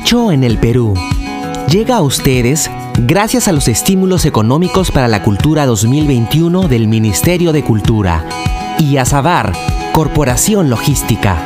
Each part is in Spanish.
Hecho en el Perú. Llega a ustedes gracias a los estímulos económicos para la cultura 2021 del Ministerio de Cultura y a Sabar, Corporación Logística.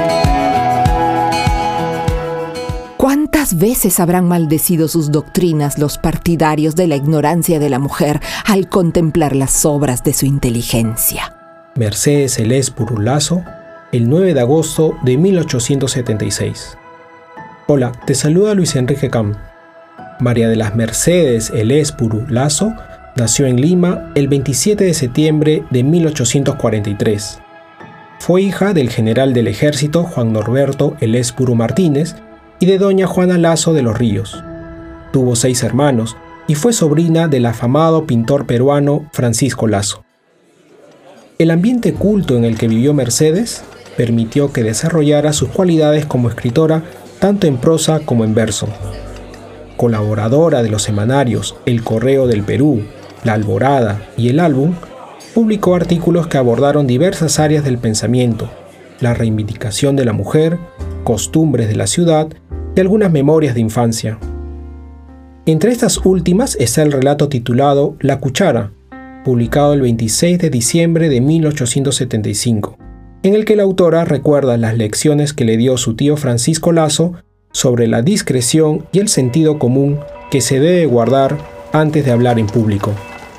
¿Cuántas veces habrán maldecido sus doctrinas los partidarios de la ignorancia de la mujer al contemplar las obras de su inteligencia? Mercedes Elesburu Lazo, el 9 de agosto de 1876. Hola, te saluda Luis Enrique Cam. María de las Mercedes Elesburu Lazo nació en Lima el 27 de septiembre de 1843. Fue hija del general del ejército Juan Norberto Elesburu Martínez y de doña Juana Lazo de los Ríos. Tuvo 6 hermanos y fue sobrina del afamado pintor peruano Francisco Lazo. El ambiente culto en el que vivió Mercedes permitió que desarrollara sus cualidades como escritora tanto en prosa como en verso. Colaboradora de los semanarios El Correo del Perú, La Alborada y El Álbum, publicó artículos que abordaron diversas áreas del pensamiento, la reivindicación de la mujer, costumbres de la ciudad y algunas memorias de infancia. Entre estas últimas está el relato titulado La Cuchara, publicado el 26 de diciembre de 1875, en el que la autora recuerda las lecciones que le dio su tío Francisco Lazo sobre la discreción y el sentido común que se debe guardar antes de hablar en público.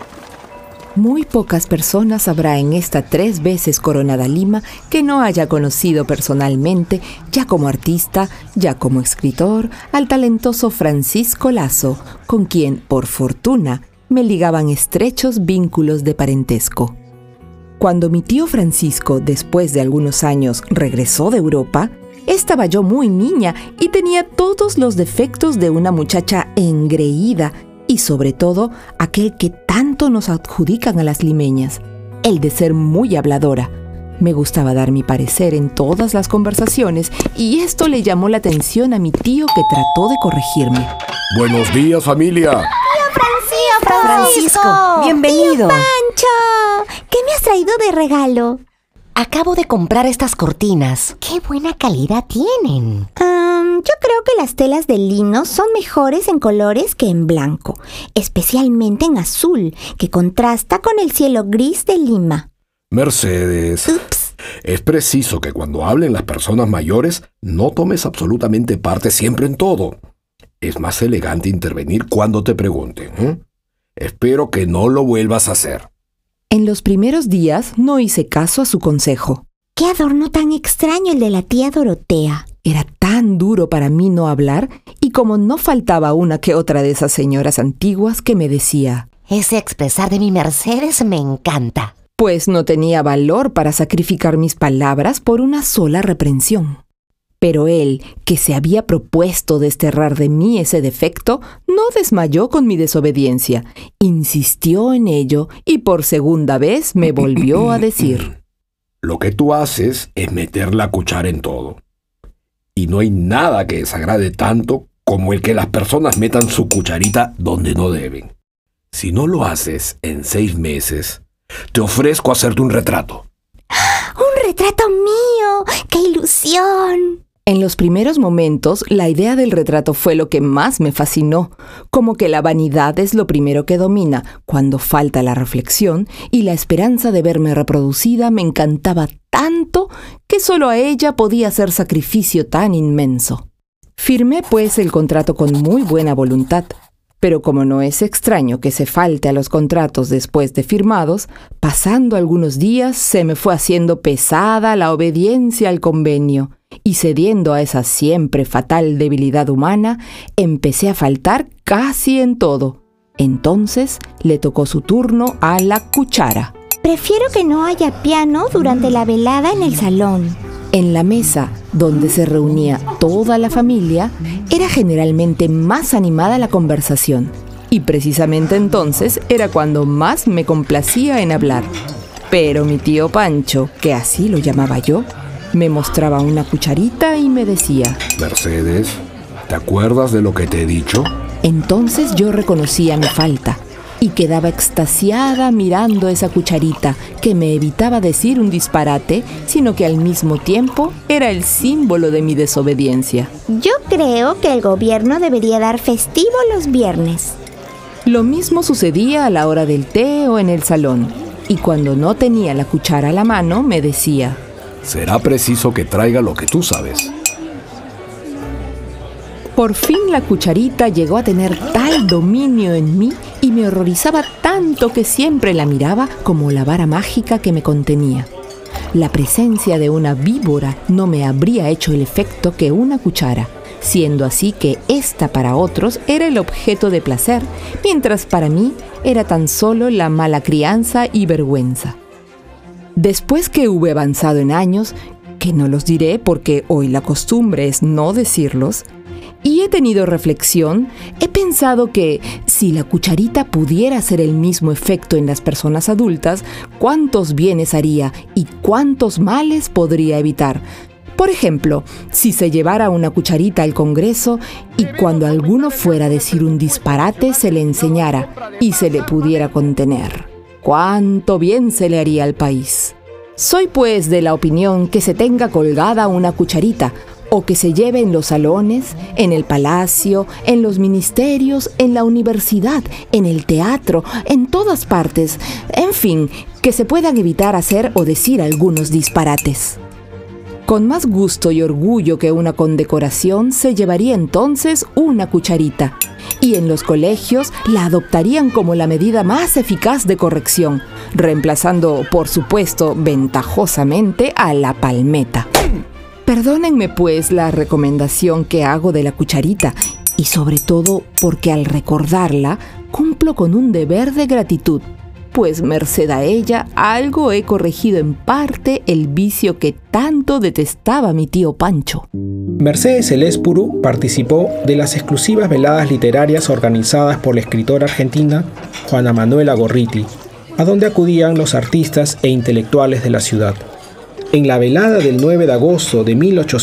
Muy pocas personas habrá en esta 3 veces coronada Lima que no haya conocido personalmente, ya como artista, ya como escritor, al talentoso Francisco Lazo, con quien, por fortuna, me ligaban estrechos vínculos de parentesco. Cuando mi tío Francisco, después de algunos años, regresó de Europa, estaba yo muy niña y tenía todos los defectos de una muchacha engreída y sobre todo aquel que tanto nos adjudican a las limeñas, el de ser muy habladora. Me gustaba dar mi parecer en todas las conversaciones y esto le llamó la atención a mi tío, que trató de corregirme. Buenos días, familia. Francisco, bienvenido. ¡Tío Pancho! ¿Qué me has traído de regalo? Acabo de comprar estas cortinas. ¡Qué buena calidad tienen! Yo creo que las telas de lino son mejores en colores que en blanco, especialmente en azul, que contrasta con el cielo gris de Lima. Mercedes, Ups. es preciso que cuando hablen las personas mayores no tomes absolutamente parte siempre en todo. Es más elegante intervenir cuando te pregunten, ¿eh? Espero que no lo vuelvas a hacer. En los primeros días no hice caso a su consejo. ¡Qué adorno tan extraño el de la tía Dorotea! Era tan duro para mí no hablar, y como no faltaba una que otra de esas señoras antiguas que me decía: Ese expresar de mi Mercedes me encanta. Pues no tenía valor para sacrificar mis palabras por una sola reprensión. Pero él, que se había propuesto desterrar de mí ese defecto, no desmayó con mi desobediencia. Insistió en ello y por segunda vez me volvió a decir: Lo que tú haces es meter la cuchara en todo. Y no hay nada que desagrade tanto como el que las personas metan su cucharita donde no deben. Si no lo haces en 6 meses, te ofrezco hacerte un retrato. ¡Un retrato mío! ¡Qué ilusión! En los primeros momentos, la idea del retrato fue lo que más me fascinó, como que la vanidad es lo primero que domina cuando falta la reflexión, y la esperanza de verme reproducida me encantaba tanto que solo a ella podía hacer sacrificio tan inmenso. Firmé pues el contrato con muy buena voluntad, pero como no es extraño que se falte a los contratos después de firmados, pasando algunos días se me fue haciendo pesada la obediencia al convenio, y cediendo a esa siempre fatal debilidad humana, empecé a faltar casi en todo. Entonces le tocó su turno a la cuchara. Prefiero que no haya piano durante la velada en el salón. En la mesa, donde se reunía toda la familia, era generalmente más animada la conversación, y precisamente entonces era cuando más me complacía en hablar. Pero mi tío Pancho, que así lo llamaba yo, me mostraba una cucharita y me decía: Mercedes, ¿te acuerdas de lo que te he dicho? Entonces yo reconocía mi falta, y quedaba extasiada mirando esa cucharita que me evitaba decir un disparate, sino que al mismo tiempo era el símbolo de mi desobediencia. Yo creo que el gobierno debería dar festivo los viernes. Lo mismo sucedía a la hora del té o en el salón, y cuando no tenía la cuchara a la mano me decía: será preciso que traiga lo que tú sabes. Por fin la cucharita llegó a tener tal dominio en mí y me horrorizaba tanto que siempre la miraba como la vara mágica que me contenía. La presencia de una víbora no me habría hecho el efecto que una cuchara, siendo así que ésta para otros era el objeto de placer, mientras para mí era tan solo la mala crianza y vergüenza. Después que hube avanzado en años, que no los diré porque hoy la costumbre es no decirlos, y he tenido reflexión, he pensado que si la cucharita pudiera hacer el mismo efecto en las personas adultas, ¿cuántos bienes haría y cuántos males podría evitar? Por ejemplo, si se llevara una cucharita al Congreso y cuando alguno fuera a decir un disparate se le enseñara y se le pudiera contener, ¿cuánto bien se le haría al país? Soy pues de la opinión que se tenga colgada una cucharita, o que se lleve en los salones, en el palacio, en los ministerios, en la universidad, en el teatro, en todas partes, en fin, que se puedan evitar hacer o decir algunos disparates. Con más gusto y orgullo que una condecoración se llevaría entonces una cucharita, y en los colegios la adoptarían como la medida más eficaz de corrección, reemplazando, por supuesto, ventajosamente a la palmeta. Perdónenme pues la recomendación que hago de la cucharita, y sobre todo porque al recordarla cumplo con un deber de gratitud, pues merced a ella algo he corregido en parte el vicio que tanto detestaba mi tío Pancho. Mercedes Elezpuru participó de las exclusivas veladas literarias organizadas por la escritora argentina Juana Manuela Gorriti, a donde acudían los artistas e intelectuales de la ciudad. En la velada del 9 de agosto de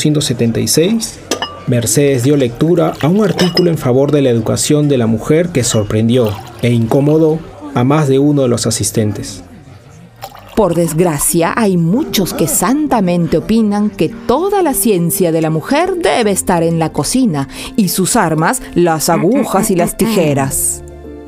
1876, Mercedes dio lectura a un artículo en favor de la educación de la mujer que sorprendió e incomodó a más de uno de los asistentes. Por desgracia, hay muchos que santamente opinan que toda la ciencia de la mujer debe estar en la cocina y sus armas, las agujas y las tijeras.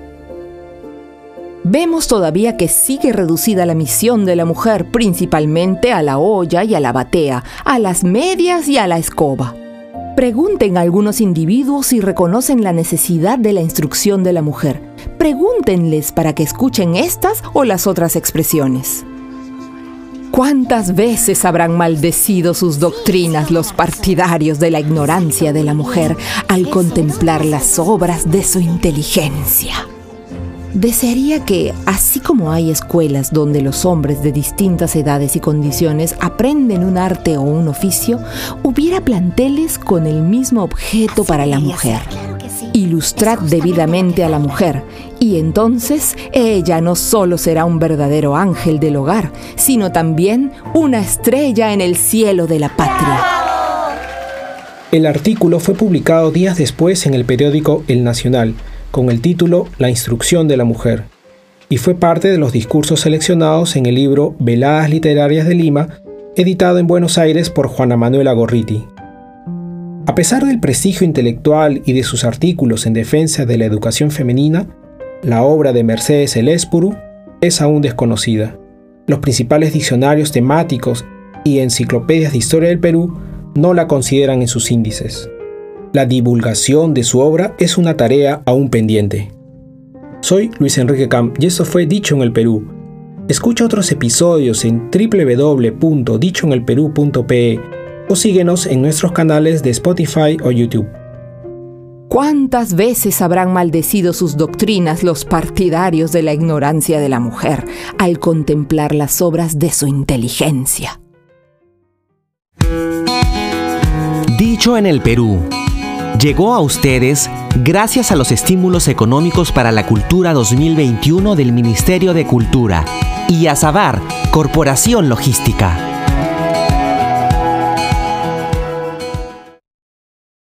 Vemos todavía que sigue reducida la misión de la mujer principalmente a la olla y a la batea, a las medias y a la escoba. Pregunten a algunos individuos si reconocen la necesidad de la instrucción de la mujer. Pregúntenles para que escuchen estas o las otras expresiones. ¿Cuántas veces habrán maldecido sus doctrinas los partidarios de la ignorancia de la mujer al contemplar las obras de su inteligencia? Desearía que, así como hay escuelas donde los hombres de distintas edades y condiciones aprenden un arte o un oficio, hubiera planteles con el mismo objeto para la mujer. Ilustrad debidamente a la mujer, y entonces ella no solo será un verdadero ángel del hogar, sino también una estrella en el cielo de la patria. El artículo fue publicado días después en el periódico El Nacional, con el título La instrucción de la mujer, y fue parte de los discursos seleccionados en el libro Veladas Literarias de Lima, editado en Buenos Aires por Juana Manuela Gorriti. A pesar del prestigio intelectual y de sus artículos en defensa de la educación femenina, la obra de Mercedes Elezpuru es aún desconocida. Los principales diccionarios temáticos y enciclopedias de historia del Perú no la consideran en sus índices. La divulgación de su obra es una tarea aún pendiente. Soy Luis Enrique Camp y esto fue Dicho en el Perú. Escucha otros episodios en www.dichoenelperú.pe o síguenos en nuestros canales de Spotify o YouTube. ¿Cuántas veces habrán maldecido sus doctrinas los partidarios de la ignorancia de la mujer al contemplar las obras de su inteligencia? Dicho en el Perú. Llegó a ustedes gracias a los estímulos económicos para la cultura 2021 del Ministerio de Cultura y a Sabar, Corporación Logística.